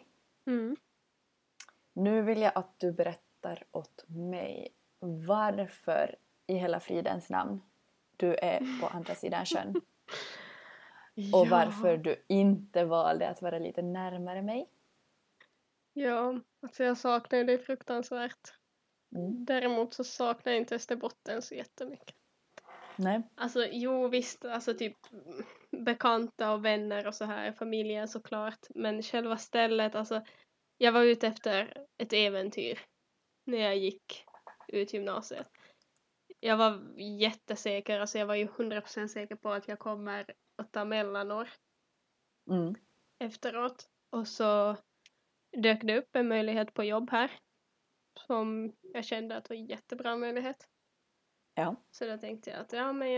nu vill jag att du berättar åt mig varför i hela fridens namn du är på andra sidan sjön. Och varför du inte valde att vara lite närmare mig. Ja, alltså jag saknar det fruktansvärt. Däremot så saknar jag inte Österbotten så jättemycket. Nej. Alltså jo visst, alltså typ bekanta och vänner och så här, familjen såklart. Men själva stället, alltså jag var ute efter ett äventyr när jag gick ut gymnasiet. Jag var jättesäker, alltså jag var ju 100% säker på att jag kommer att ta mellanår efteråt. Och så dök det upp en möjlighet på jobb här som jag kände att var en jättebra möjlighet. Ja. Så då tänkte jag att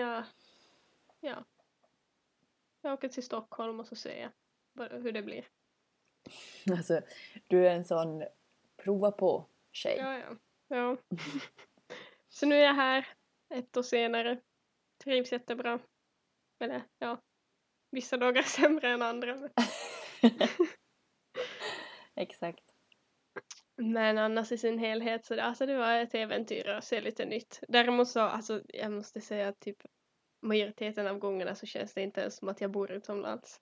jag åker till Stockholm och så ser jag hur det blir. Alltså, du är en sån prova på tjej. Ja. Så nu är jag här 1 år senare. Trivs jättebra. Eller vissa dagar sämre än andra. Exakt. Men annars i sin helhet så det var ett äventyr att se lite nytt. Däremot så, jag måste säga att typ majoriteten av gångerna så känns det inte som att jag bor utomlands.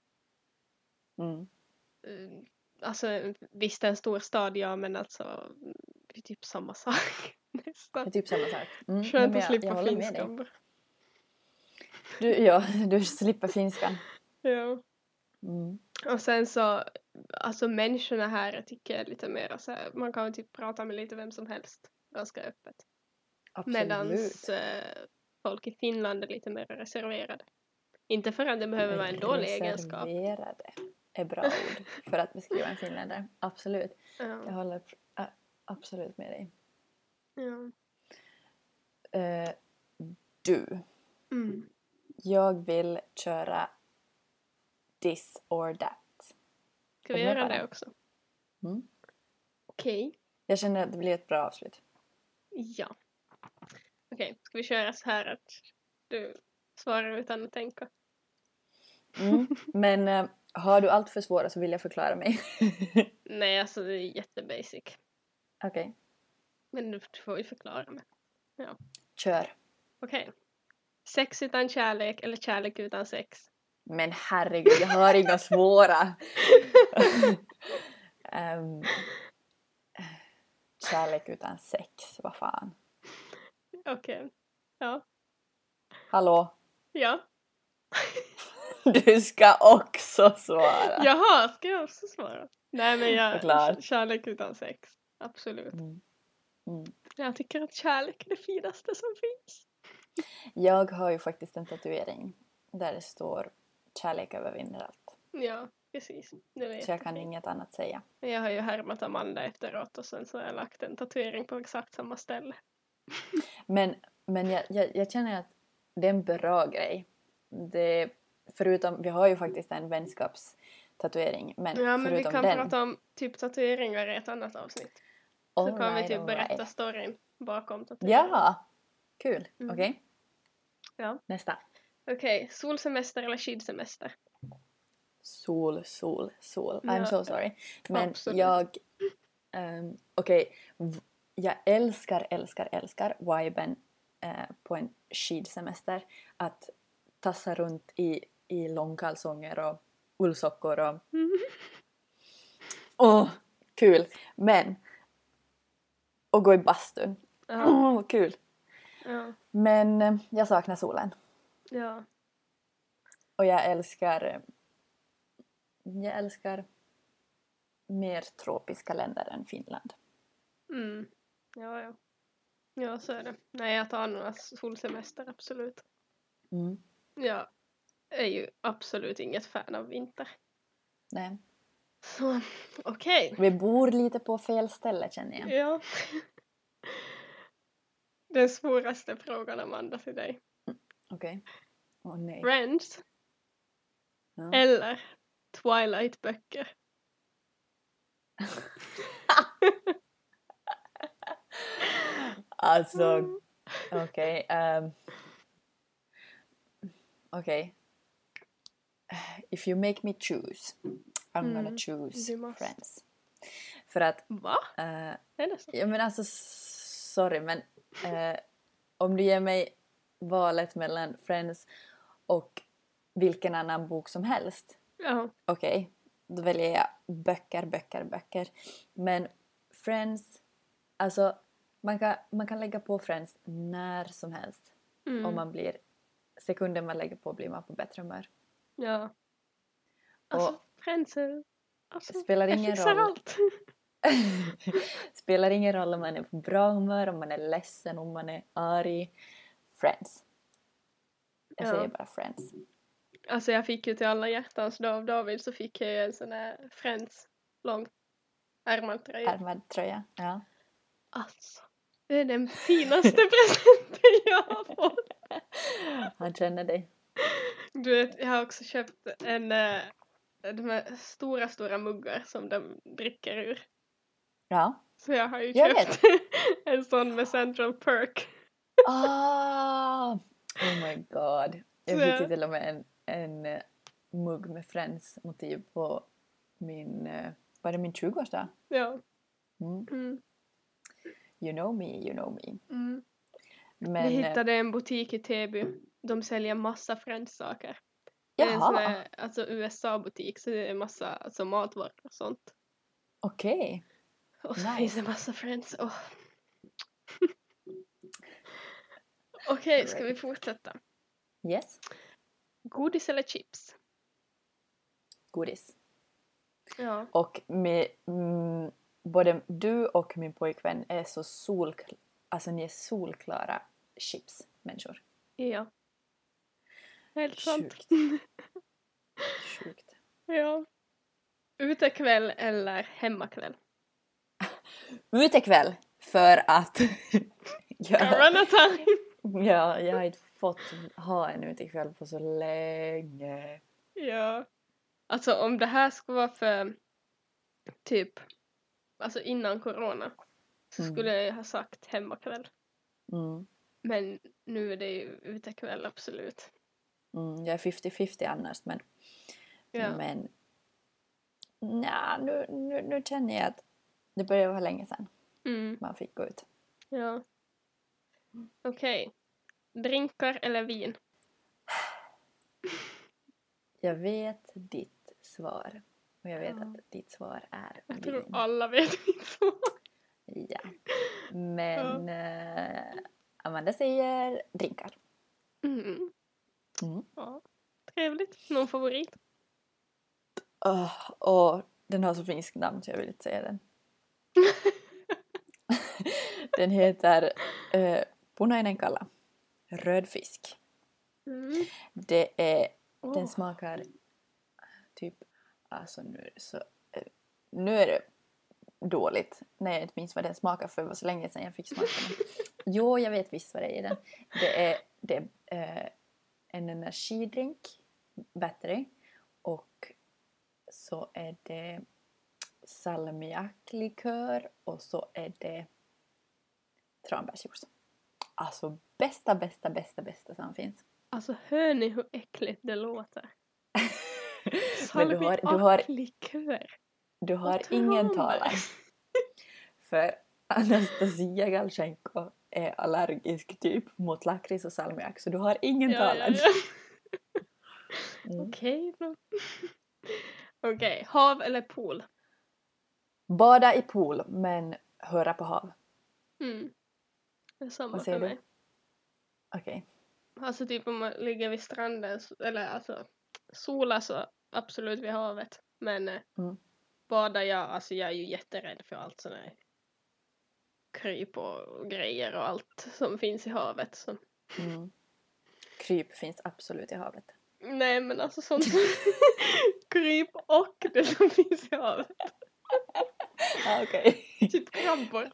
Alltså visst är en stor stad, men det är typ samma sak nästan. Det är typ samma sak. Skönt att slippa finskan. Du slipper finskan. Ja. Mm. Och sen så, alltså människorna här jag tycker är lite mer så här, man kan typ prata med lite vem som helst ganska öppet. Absolut. Medans folk i Finland är lite mer reserverade. Inte för att det behöver vara en dålig egenskap. Reserverade är bra ord för att beskriva en finländare. Absolut. Ja. Jag håller absolut med dig. Ja. Du. Mm. Jag vill köra this or that. Ska vi göra det också? Mm. Okej. Jag känner att det blir ett bra avslut. Ja. Okej, ska vi köra så här att du svarar utan att tänka? Men har du allt för svåra så vill jag förklara mig. Nej, alltså det är jättebasic. Okej. Men du får ju förklara mig. Ja. Kör. Okej. Sex utan kärlek eller kärlek utan sex? Men herregud, jag har inga svåra. Kärlek utan sex, vad fan. Okej. Ja. Hallå? Ja. Du ska också svara. Jaha, ska jag också svara? Nej, men kärlek utan sex. Absolut. Mm. Jag tycker att kärlek är det finaste som finns. Jag har ju faktiskt en tatuering där det står kärlek övervinner allt. Ja, precis. Så jag kan inget annat säga. Jag har ju härmat Amanda efteråt och sen så har jag lagt en tatuering på exakt samma ställe. Men jag känner att det är en bra grej. Förutom, vi har ju faktiskt en vänskapstatuering. Men ja, men vi kan den, prata om typ tatueringar i ett annat avsnitt. Så kan vi typ berätta storyn bakom tatueringen. Ja, kul. Okej. Ja. Nästa. Okej, solsemester eller skidsemester? Sol. I'm so sorry. Men absolut. jag... jag älskar viben på en skidsemester. Att tassa runt i långkalsonger och ullsockor och... Kul. Men... Och gå i bastun. Kul. Ja. Men jag saknar solen. Ja. Och jag älskar mer tropiska länder än Finland. Mm. Ja. Ja, så är det. Nej, jag tar några solsemester, absolut. Mm. Jag är ju absolut inget fan av vinter. Nej. Så, okej. Vi bor lite på fel ställe, känner jag. Ja. Den svåraste frågan, Amanda, till dig. Okej. Åh nej. Friends? Ja. Eller Twilight-böcker? Alltså, okej. Okej. If you make me choose, I'm gonna choose Friends. För att... Va? Är det så? Ja, men alltså, sorry, men om du ger mig valet mellan Friends och vilken annan bok som helst. Ja. Okej, då väljer jag böcker. Men Friends, alltså man kan lägga på Friends när som helst. Om man blir, sekunden man lägger på blir man på bättre humör. Ja. Alltså, Friends spelar ingen roll. Allt. Spelar ingen roll om man är på bra humör, om man är ledsen, om man är arg. Friends. Jag säger bara Friends. Alltså jag fick ju till alla hjärtans dag av David så fick jag ju en sån här Friends lång ärmad tröja. Ja. Alltså, det är den finaste presenten jag har fått. Han känner dig. Du vet, jag har också köpt de här stora muggar som de dricker ur. Ja. Så jag har ju köpt en sån med Central Perk. Oh my god. Jag fick ju till och med en mugg med Friends motiv på min 20-årsdag? Ja. You know me. Men, vi hittade en butik i Täby. De säljer massa Friends-saker. Jaha. Det är en sån här, alltså USA-butik så det är massa alltså, matvaror och sånt. Okej. Och så finns det massa Friends. Okej, ska vi fortsätta? Yes. Godis eller chips? godis. Ja. Och både du och min pojkvän är så alltså ni är solklara chipsmänniskor. Ja. Helt sant. Sjukt. Sjukt. Ja. Utekväll eller hemmakväll? Utekväll för att Corona time! jag har inte fått ha en utekväll på så länge. Ja. Alltså om det här skulle vara för typ, alltså innan corona, så skulle jag ha sagt hemmakväll. Mm. Men nu är det ju utekväll, absolut. Jag är 50-50 annars, men Ja. nu känner jag att det börjar vara länge sedan Mm. man fick gå ut. Ja. Okej. Drinkar eller vin? Jag vet ditt svar. Och jag vet Ja. att ditt svar är Jag tror vin. alla vet mitt svar. Ja. Men Amanda säger drinkar. Mm. Mm. Ja. Trevligt. Någon favorit? Och den har så finsk namn så jag vill inte säga den. Den heter punainen kala. Röd fisk. Mm. Den smakar typ, alltså nu är det dåligt när jag inte minns vad den smakar för det var så länge sedan jag fick smaka den. Jo, jag vet visst vad det är i den. Det är en energidrink, battery, och så är det salmiaklikör och så är det tranbärsjuice. Alltså bästa som finns. Alltså hör ni hur äckligt det låter? Men Salmiaklikör. du har ingen talan. För Anastasia Galchenko är allergisk typ mot lakrits och salmiak. Så du har ingen talan. Ja. Mm. Okej då. Okej, hav eller pool? Bada i pool men höra på hav. Mm. Det är samma Vad för säger mig. du? Okej. Alltså typ om man ligger vid stranden eller alltså sola så absolut vid havet. Men badar jag är ju jätterädd för allt sådana här kryp och grejer och allt som finns i havet. Så. Mm. Kryp finns absolut i havet. Nej men alltså sånt kryp och det som finns i havet. Okej. Typ krabbor.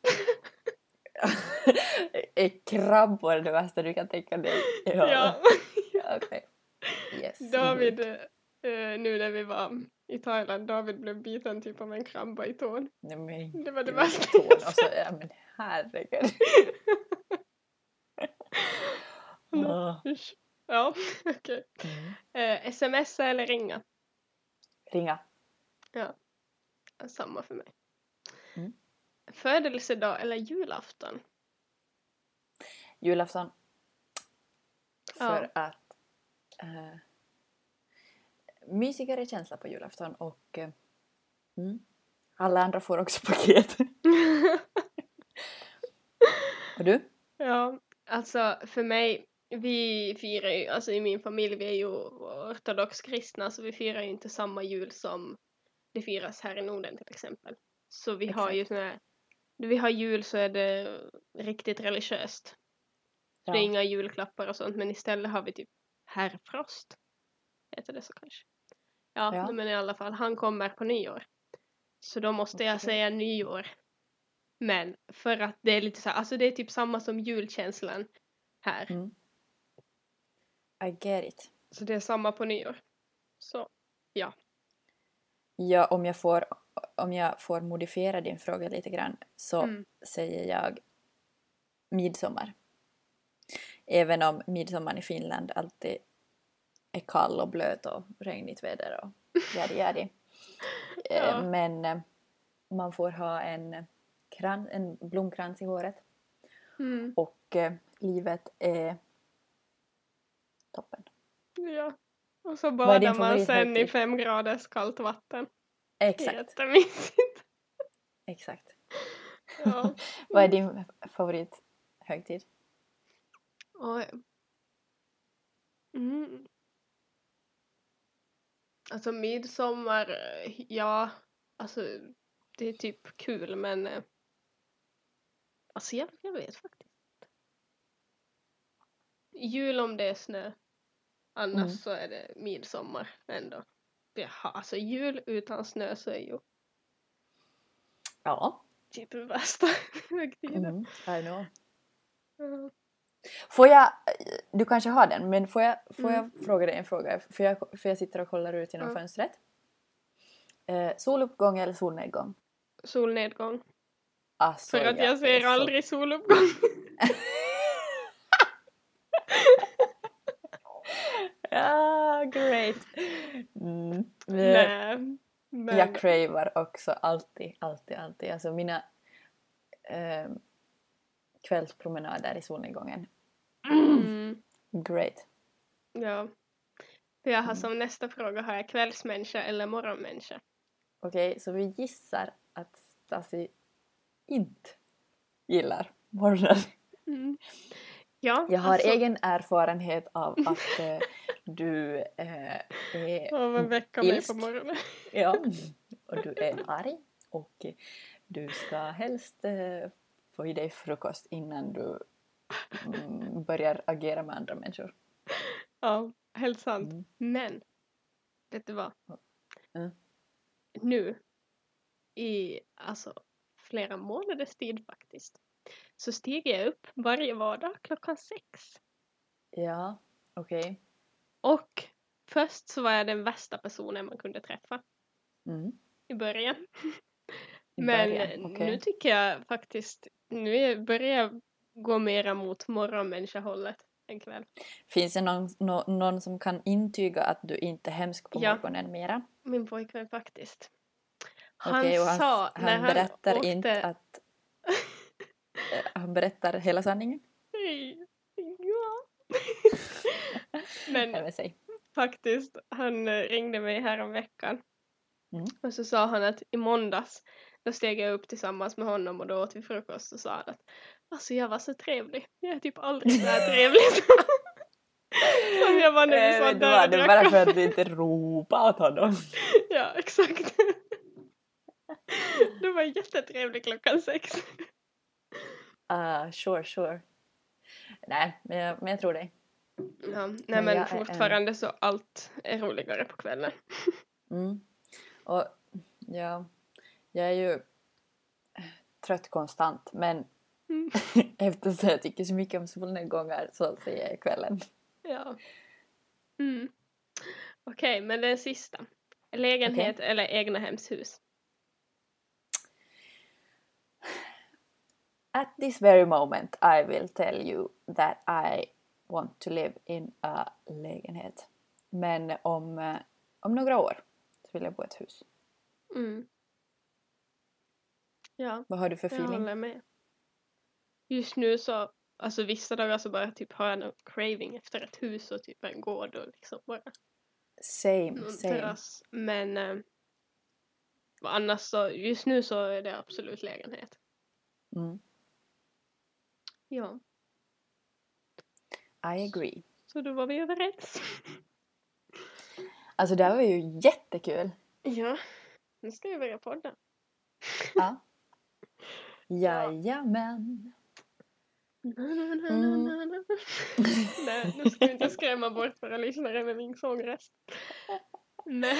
Är krabbor det värsta du kan tänka dig? Ja. Okej. Yes. David, nu när vi var i Thailand, David blev biten typ av en krabba i tån. Nej, men Det var det gud, värsta tån. jag Alltså, ja, men herregud. Ja, okej. Smsa eller ringa? Ringa. Ja, samma för mig. Mm. Födelsedag eller julafton? Julafton. För Ja. att mysigare känsla på julafton och alla andra får också paket. Och du? Ja, alltså för mig, vi firar ju, alltså i min familj, vi är ju ortodox kristna så vi firar ju inte samma jul som det firas här i Norden till exempel. Så vi har ju såna här, när vi har jul så är det riktigt religiöst. Så det är inga julklappar och sånt, men istället har vi typ herrfrost. Heter det så kanske? Ja, men i alla fall, han kommer på nyår. Så då måste jag säga nyår. Men för att det är lite så här, alltså det är typ samma som julkänslan här. I get it. Så det är samma på nyår. Så, ja. Ja, om jag får modifiera din fråga lite grann så säger jag midsommar. Även om midsommar i Finland alltid är kall och blöt och regnigt väder och jadi. Ja. Men man får ha en blomkrans i håret. Och livet är toppen. Ja. Och så badar man sen i 5 graders kallt vatten. Exakt. Jättemysigt. Exakt. Ja. Vad är din favorithögtid? Oj. Alltså midsommar, ja, alltså det är typ kul men alltså jag vet faktiskt. Jul om det är snö, annars så är det midsommar ändå. Alltså jul utan snö så är ju Ja. typ det värsta högtiden. I know. Mm. Får jag, du kanske har den, men får jag fråga dig en fråga? För jag sitter och kollar ut genom fönstret. Soluppgång eller solnedgång? Solnedgång. Alltså, För att jag ser aldrig soluppgång. Ja, great. Nej, men... Jag cravar också alltid. Alltså mina kvällspromenader i solnedgången. Great. Ja. För jag har som nästa fråga, har jag kvällsmänniska eller morgonmänniska? Okej, så vi gissar att Stasi inte gillar morgonen. Ja, Jag har egen erfarenhet av att du är av en vecka med på morgonen. Ja, och du är arg och du ska helst få i dig frukost innan du börjar agera med andra människor. Ja, helt sant. Men, vet du vad? Nu, i alltså flera månaders tid faktiskt, så stiger jag upp varje vardag 6:00. Ja, okej. Och först så var jag den värsta personen man kunde träffa. I början. Men nu tycker jag faktiskt, nu börjar jag gå mera mot morgonmänniskahållet en kväll. Finns det någon som kan intyga att du inte är hemsk på morgonen mera? Min pojkvän faktiskt. Han berättar åkte... inte att han berättar hela sanningen? Ja. Men faktiskt, han ringde mig här om veckan. Och så sa han att i måndags då steg jag upp tillsammans med honom och då åt vi frukost och sa att alltså jag var så trevlig. Jag är typ aldrig så här trevlig. Som jag var när vi satt där och det var bara för att du inte ropade åt honom. Ja, exakt. Du var jättetrevlig 6:00. Sure. Nej, men jag tror dig. Ja, nej men fortfarande så allt är roligare på kvällen. Och ja, jag är ju trött konstant, men eftersom jag tycker så mycket om solnedgångar så säger jag kvällen. Ja. Okej, men den sista. Lägenhet eller egna hemshus? At this very moment I will tell you that I want to live in a lägenhet. Men om några år så vill jag bo i ett hus. Ja. Vad har du för feeling? Jag håller med. Just nu så, alltså vissa dagar så bara typ har jag en craving efter ett hus och typ en gård och liksom bara same. terrass. Men annars så, just nu så är det absolut lägenhet. Ja. I agree. Så då var vi överens. Alltså det här var ju jättekul. Ja, nu ska vi börja podda. Ja. Jajamän. Nej, nu ska vi inte skrämma bort våra lyssnare med min sångröst. Men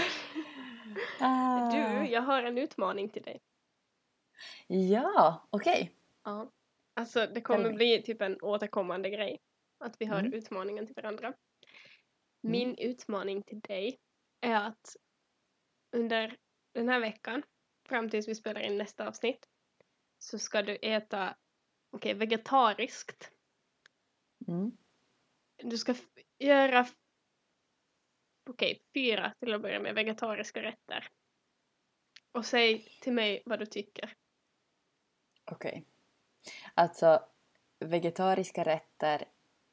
du, jag har en utmaning till dig. Ja, okej. Ja, alltså det kommer bli typ en återkommande grej. Att vi har utmaningen till varandra. Min utmaning till dig är att under den här veckan, fram tills vi spelar in nästa avsnitt, så ska du äta vegetariskt. Du ska göra 4 till att börja med vegetariska rätter. Och säg till mig vad du tycker. Okej. Alltså vegetariska rätter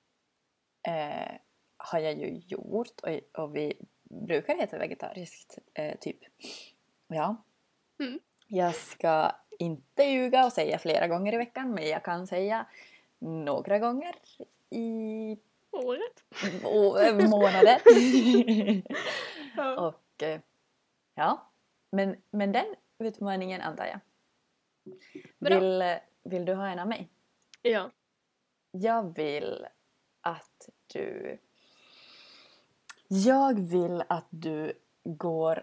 har jag ju gjort och vi brukar äta vegetariskt typ. Ja. Jag ska inte ljuga och säga flera gånger i veckan, men jag kan säga några gånger i året. Månader. Ja. Och ja, men den utmaningen antar jag. Bra. Vill du ha en av mig? Ja. Jag vill att du går...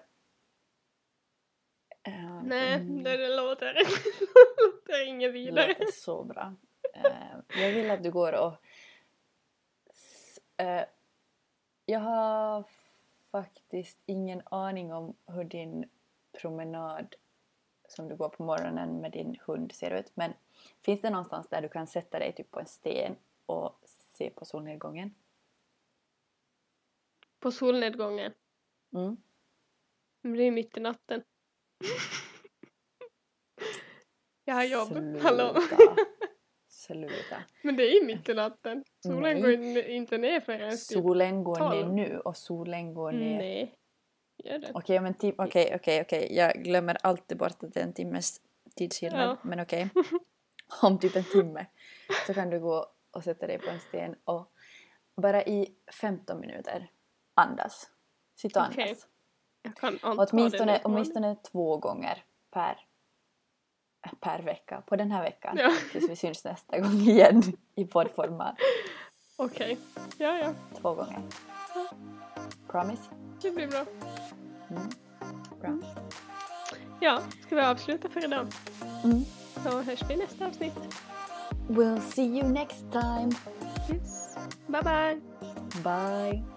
Nej, det låter inget Det vidare. låter så bra. Jag vill att du går och... jag har faktiskt ingen aning om hur din promenad som du går på morgonen med din hund ser ut. Men finns det någonstans där du kan sätta dig typ på en sten och se på solnedgången? På solnedgången. Mm. Men det är mitt i natten. Jag har jobb. Sluta. Hallå. Sluta. Men det är ju mitt i natten. Solen går inte ner förrän typ Solen går 12. ner nu och solen går ner... Nej. Gör det. Okej. Jag glömmer alltid bort att det är en timmes tidsskillnad. Ja. Men okej. Om typ en timme så kan du gå och sätta dig på en sten och bara i 15 minuter andas. Sitt och andas. Okej. Jag kan anta Åtminstone 2 gånger per vecka. På den här veckan. Ja. Tills vi syns nästa gång igen i poddformat. Okej. Ja. 2 gånger. Promise? Det blir bra. Bra. Ja, ska vi avsluta för idag? Så hörs vi i nästa avsnitt. We'll see you next time. Yes. Bye bye. Bye.